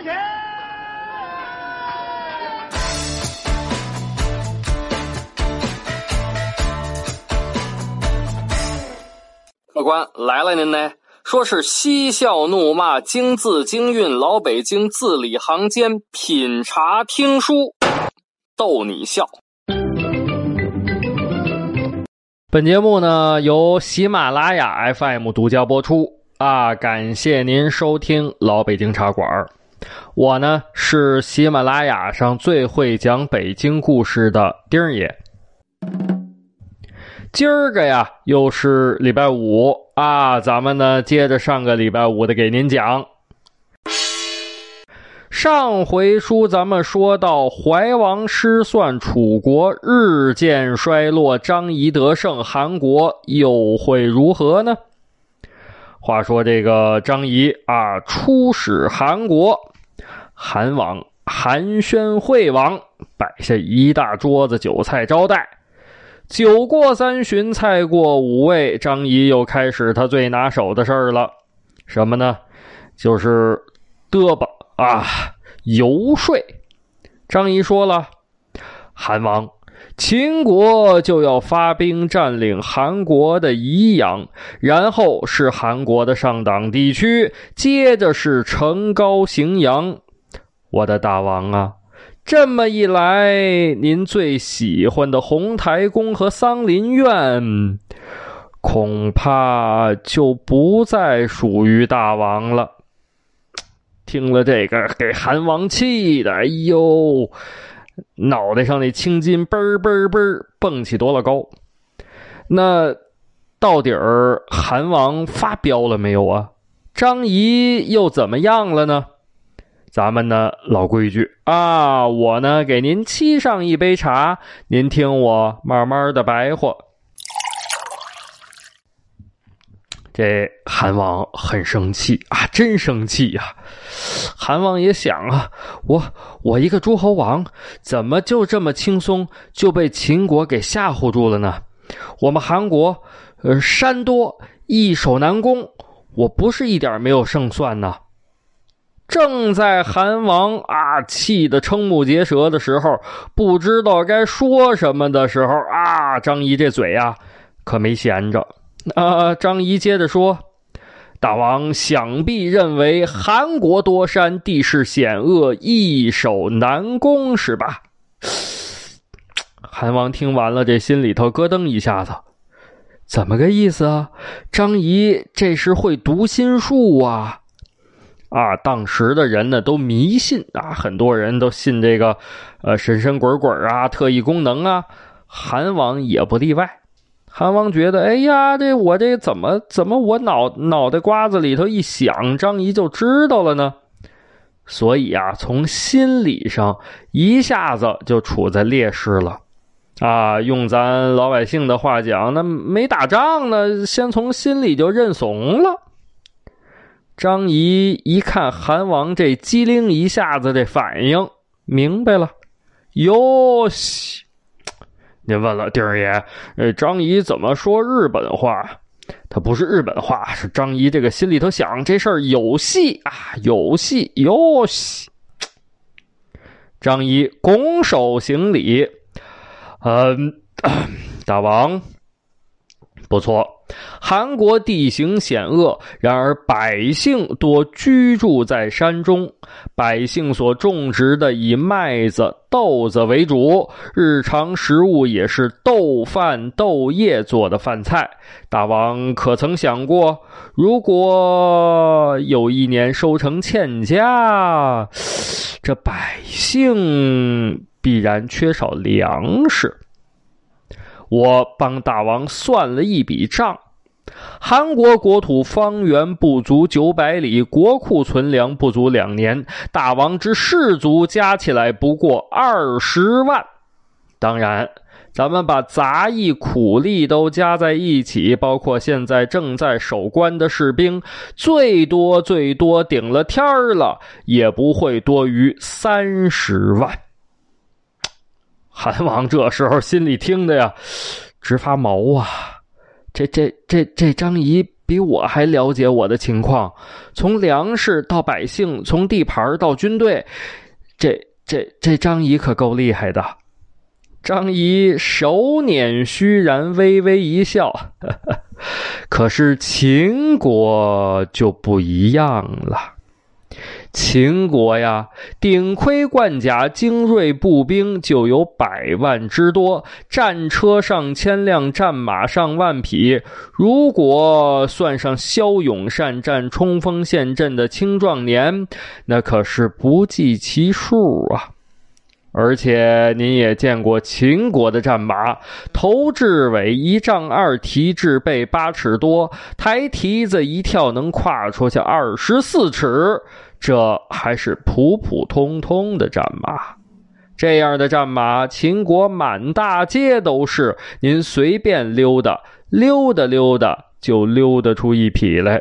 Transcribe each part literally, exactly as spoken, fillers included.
钱。 客官来了您呢，说是嬉笑怒骂，京字京韵，老北京字里行间，品茶听书，逗你笑。本节目呢由喜马拉雅 F M 独家播出啊，感谢您收听老北京茶馆。我呢是喜马拉雅上最会讲北京故事的丁儿爷。今儿个呀又是礼拜五啊，咱们呢接着上个礼拜五的给您讲。上回书咱们说到怀王失算，楚国日渐衰落，张仪得胜，韩国又会如何呢？话说这个张仪啊出使韩国，韩王寒暄会王，摆下一大桌子酒菜招待。酒过三巡，菜过五味，张仪又开始他最拿手的事儿了。什么呢？就是嘚吧啊，游说。张仪说了，韩王，秦国就要发兵占领韩国的宜阳，然后是韩国的上党地区，接着是成高荥阳。我的大王啊，这么一来，您最喜欢的洪台宫和桑林苑恐怕就不再属于大王了。听了这个，给韩王气的，哎呦，脑袋上那青筋嘣嘣嘣蹦起多了高。那到底儿韩王发飙了没有啊？张仪又怎么样了呢？咱们呢老规矩啊，我呢给您沏上一杯茶，您听我慢慢的白话。这韩王很生气啊，真生气呀、啊！韩王也想啊，我我一个诸侯王，怎么就这么轻松就被秦国给吓唬住了呢？我们韩国呃山多易守难攻，我不是一点没有胜算呢。正在韩王啊气得瞠目结舌的时候，不知道该说什么的时候啊，张仪这嘴啊可没闲着啊。张仪接着说，大王想必认为韩国多山，地势险恶，易守难攻是吧？韩王听完了，这心里头咯噔一下子，怎么个意思啊？张仪这是会读心术啊！啊，当时的人呢都迷信啊，很多人都信这个呃神神鬼鬼啊，特异功能啊，韩王也不例外。韩王觉得，哎呀，这我这怎么怎么我脑脑袋瓜子里头一想，张仪就知道了呢？所以啊，从心理上一下子就处在劣势了。啊，用咱老百姓的话讲，那没打仗呢，先从心里就认怂了。张仪一看韩王这机灵一下子这反应，明白了。哟西，您问了，丁儿爷，呃，张仪怎么说日本话？他不是日本话，是张仪这个心里头想，这事儿有戏啊，有戏，哟西。张仪拱手行礼，嗯，大王，不错。韩国地形险恶，然而百姓多居住在山中，百姓所种植的以麦子、豆子为主，日常食物也是豆饭、豆叶做的饭菜。大王可曾想过，如果有一年收成欠佳，这百姓必然缺少粮食。我帮大王算了一笔账，韩国国土方圆不足九百里，国库存粮不足两年，大王之士卒加起来不过二十万。当然，咱们把杂役苦力都加在一起，包括现在正在守关的士兵，最多最多顶了天儿了，也不会多于三十万。韩王这时候心里听的呀直发毛啊，这这这这张仪比我还了解我的情况，从粮食到百姓，从地盘到军队，这这这张仪可够厉害的。张仪手捻虚髯，微微一笑，呵呵，可是秦国就不一样了。秦国呀，顶盔贯甲，精锐步兵就有百万之多，战车上千辆，战马上万匹。如果算上骁勇善战、冲锋陷阵的青壮年，那可是不计其数啊。而且您也见过秦国的战马，头至尾一丈二，蹄至背八尺多，抬蹄子一跳能跨出去二十四尺，这还是普普通通的战马。这样的战马，秦国满大街都是，您随便溜达溜达溜达就溜达出一匹来。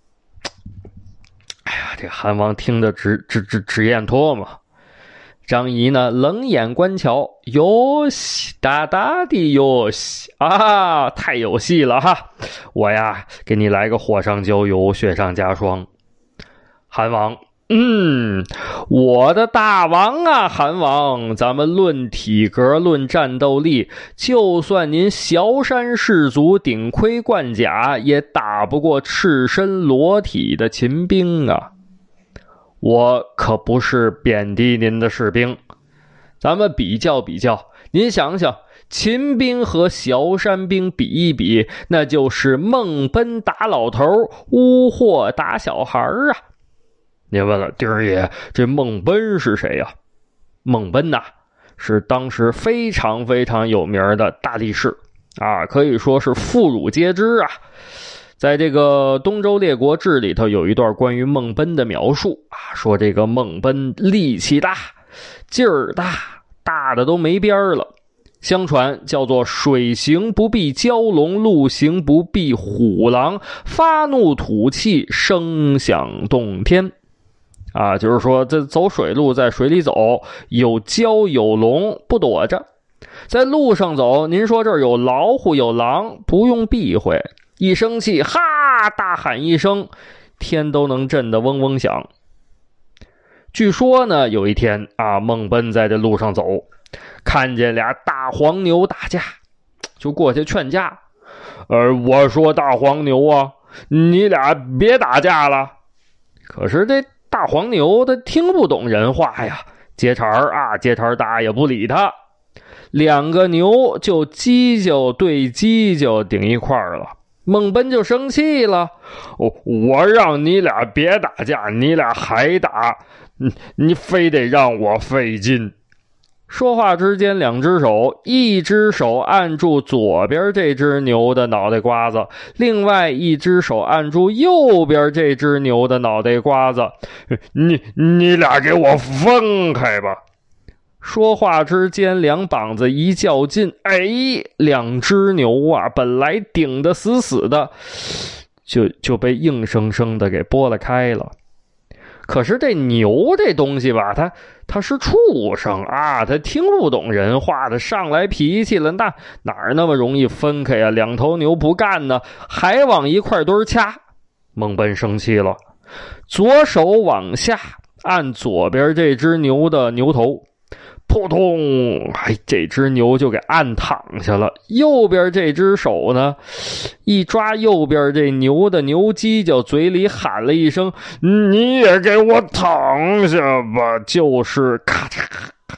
哎呀，这韩王听得直直直直咽唾沫。张仪呢，冷眼观瞧，有戏，大大的有戏啊，太有戏了哈！我呀，给你来个火上浇油，雪上加霜。韩王，嗯，我的大王啊，韩王，咱们论体格，论战斗力，就算您崤山士卒，顶盔贯甲，也打不过赤身裸体的秦兵啊！我可不是贬低您的士兵，咱们比较比较，您想想，秦兵和崤山兵比一比，那就是孟奔打老头，乌霍打小孩啊！您问了，丁儿爷，这孟奔是谁呀？孟奔呐、啊，是当时非常非常有名的大力士啊，可以说是妇孺皆知啊。在这个《东周列国志》里头有一段关于孟奔的描述啊，说这个孟奔力气大，劲儿大，大的都没边了。相传叫做水行不避蛟龙，陆行不避虎狼，发怒吐气，声响动天。啊，就是说这走水路，在水里走，有蛟有龙不躲着；在路上走，您说这儿有老虎有狼，不用避讳。一生气，哈，大喊一声，天都能震得嗡嗡响。据说呢，有一天啊，孟奔在这路上走，看见俩大黄牛打架，就过去劝架。呃，我说大黄牛啊，你俩别打架了。可是这大黄牛他听不懂人话呀，接茬啊，接茬打也不理他。两个牛就犄角对犄角顶一块儿了。孟奔就生气了，哦，我让你俩别打架，你俩还打，你你非得让我费劲。说话之间，两只手，一只手按住左边这只牛的脑袋瓜子，另外一只手按住右边这只牛的脑袋瓜子。你你俩给我分开吧。说话之间，两膀子一较劲，哎，两只牛啊，本来顶得死死的，就就被硬生生的给拨了开了。可是这牛这东西吧，它它是畜生啊，它听不懂人话，它上来脾气了，那哪儿那么容易分开啊？两头牛不干呢，还往一块堆掐。孟奔生气了，左手往下按左边这只牛的牛头，扑通，哎，这只牛就给按躺下了。右边这只手呢，一抓右边这牛的牛犄角，嘴里喊了一声：“你也给我躺下吧！”就是咔嚓，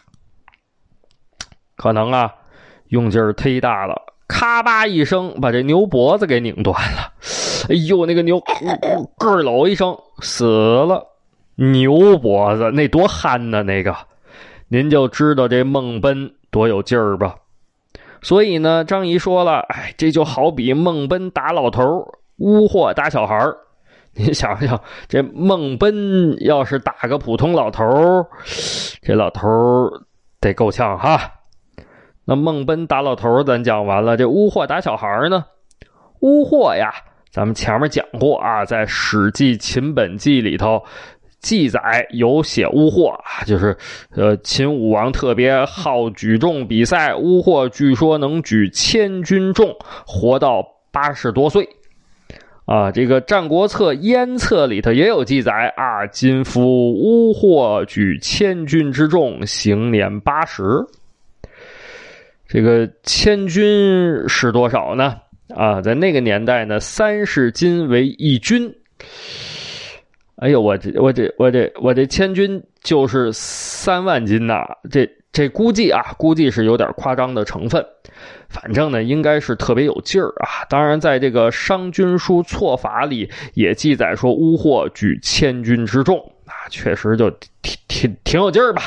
可能啊，用劲儿忒大了，咔吧一声把这牛脖子给拧断了。哎呦，那个牛咯喽一声死了。牛脖子那多憨呢，那个。您就知道这孟奔多有劲儿吧。所以呢，张仪说了，哎，这就好比孟奔打老头，乌霍打小孩。您想想，这孟奔要是打个普通老头，这老头得够呛哈。那孟奔打老头咱讲完了，这乌霍打小孩呢？乌霍呀，咱们前面讲过啊，在《史记·秦本纪》里头记载有写乌霍啊，就是呃秦武王特别好举重比赛，乌霍据说能举千钧重，活到八十多岁。 啊，这个《战国策·燕策》里头也有记载啊，今夫乌获举千军之众，行年八十。这个千军是多少呢？啊，在那个年代呢，三十斤为一军。哎呦，我这我这我这我这千军就是三万斤呐、啊！这这估计啊，估计是有点夸张的成分。反正呢，应该是特别有劲儿啊。当然，在这个《商君书错法》里也记载说，乌获举千军之众啊，确实就挺挺挺有劲儿吧。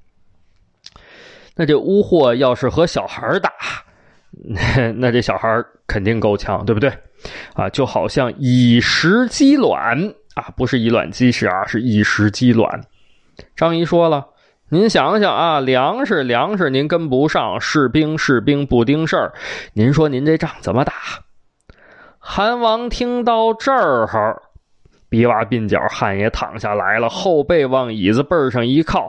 那这乌获要是和小孩打，那这小孩肯定够呛，对不对？啊，就好像以食击卵啊，不是以卵击石啊，是以食击卵。张仪说了。您想想啊，粮食粮食您跟不上，士兵士兵不盯事儿，您说您这仗怎么打？韩王听到这儿，比瓦鬓角汗也淌下来了，后背往椅子背上一靠，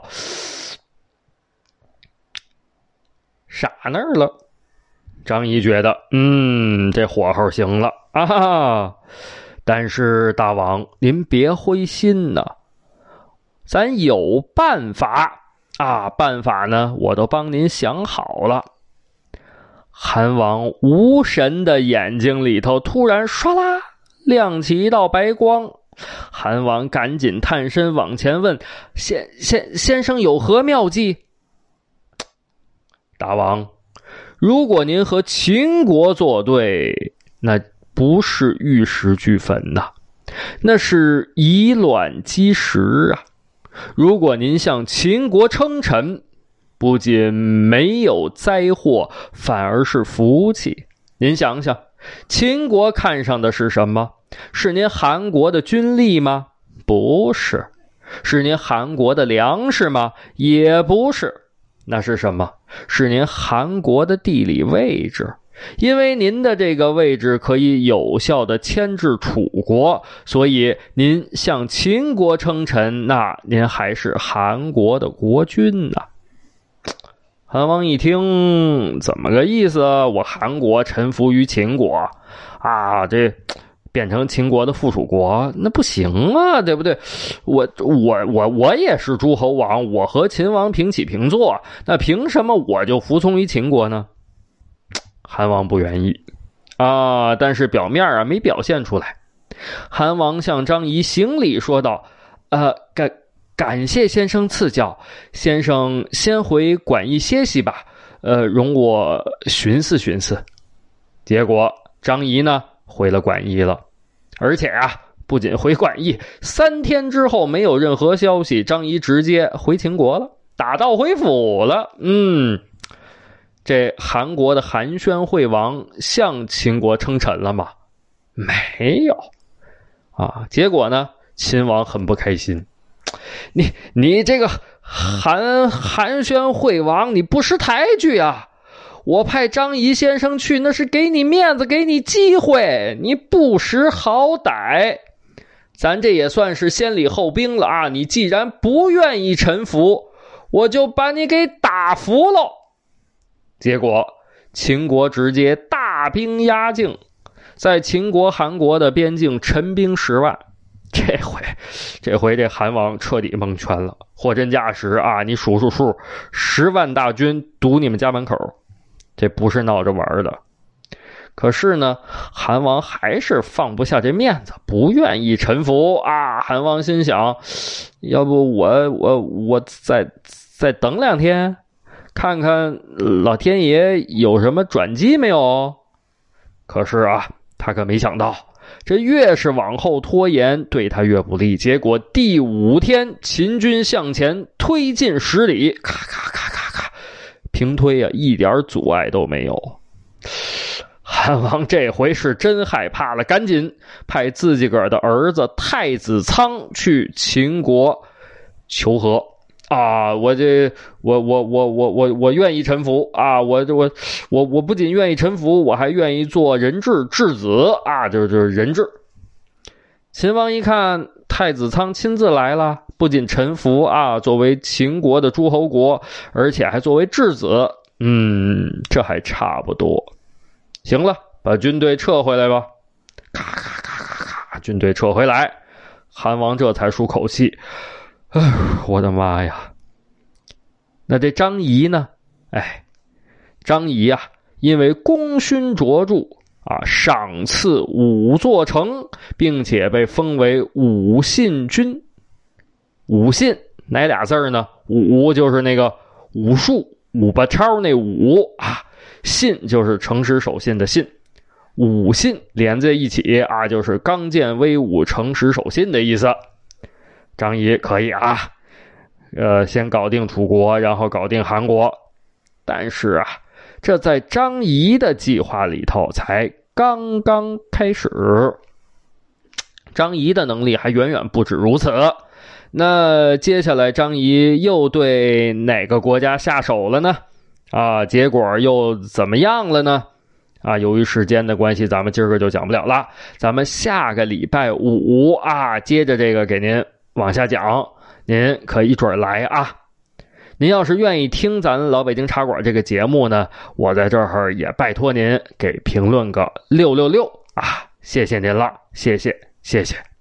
傻那儿了。张仪觉得，嗯，这火候行了啊，但是大王您别灰心呐，咱有办法。啊，办法呢，我都帮您想好了。韩王无神的眼睛里头突然唰啦亮起一道白光，韩王赶紧探身往前问：“先先先生有何妙计？”大王，如果您和秦国作对，那不是玉石俱焚呐、啊，那是以卵击石啊。如果您向秦国称臣，不仅没有灾祸，反而是福气。您想想，秦国看上的是什么？是您韩国的军力吗？不是。是您韩国的粮食吗？也不是。那是什么？是您韩国的地理位置。因为您的这个位置可以有效的牵制楚国，所以您向秦国称臣，那您还是韩国的国君啊。韩王一听，怎么个意思啊？我韩国臣服于秦国啊，这变成秦国的附属国，那不行啊，对不对？我我我我也是诸侯王，我和秦王平起平坐，那凭什么我就服从于秦国呢？韩王不愿意啊，但是表面啊没表现出来。韩王向张仪行礼说道：“呃，感感谢先生赐教，先生先回馆驿歇息吧，呃，容我寻思寻思。”结果张仪呢回了馆驿了，而且啊，不仅回馆驿，三天之后没有任何消息，张仪直接回秦国了，打道回府了。嗯。这韩国的韩宣惠王向秦国称臣了吗？没有啊。结果呢，秦王很不开心。你你这个韩韩宣惠王，你不识抬举啊！我派张仪先生去，那是给你面子，给你机会，你不识好歹。咱这也算是先礼后兵了啊！你既然不愿意臣服，我就把你给打服了。结果秦国直接大兵压境，在秦国韩国的边境陈兵十万。这回这回这韩王彻底蒙圈了，货真价实啊，你数数数，十万大军堵你们家门口，这不是闹着玩的。可是呢，韩王还是放不下这面子，不愿意臣服啊。韩王心想，要不我我我再再等两天，看看老天爷有什么转机没有？可是啊，他可没想到，这越是往后拖延，对他越不利。结果第五天，秦军向前推进十里，咔咔咔咔咔，平推啊，一点阻碍都没有。韩王这回是真害怕了，赶紧派自己个儿的儿子太子仓去秦国求和。啊，我这我我我我我我愿意臣服啊！我我我我不仅愿意臣服，我还愿意做人质质子啊！就是就是人质。秦王一看太子仓亲自来了，不仅臣服啊，作为秦国的诸侯国，而且还作为质子，嗯，这还差不多。行了，把军队撤回来吧。咔咔咔咔咔。 把军队撤回来。韩王这才舒口气，哎，我的妈呀！那这张仪呢？哎，张仪啊，因为功勋卓著啊，赏赐五座城，并且被封为武信君。武信哪俩字呢？武就是那个武术武八超那武啊，信就是诚实守信的信，武信连在一起啊，就是刚健威武、诚实守信的意思。张仪可以啊，呃，先搞定楚国，然后搞定韩国。但是啊，这在张仪的计划里头才刚刚开始。张仪的能力还远远不止如此。那接下来张仪又对哪个国家下手了呢？啊，结果又怎么样了呢？啊，由于时间的关系，咱们今儿个就讲不了了。咱们下个礼拜五啊，接着这个给您往下讲，您可一准来啊。您要是愿意听咱老北京茶馆这个节目呢，我在这儿也拜托您给评论个六六六啊，谢谢您了，谢谢谢谢。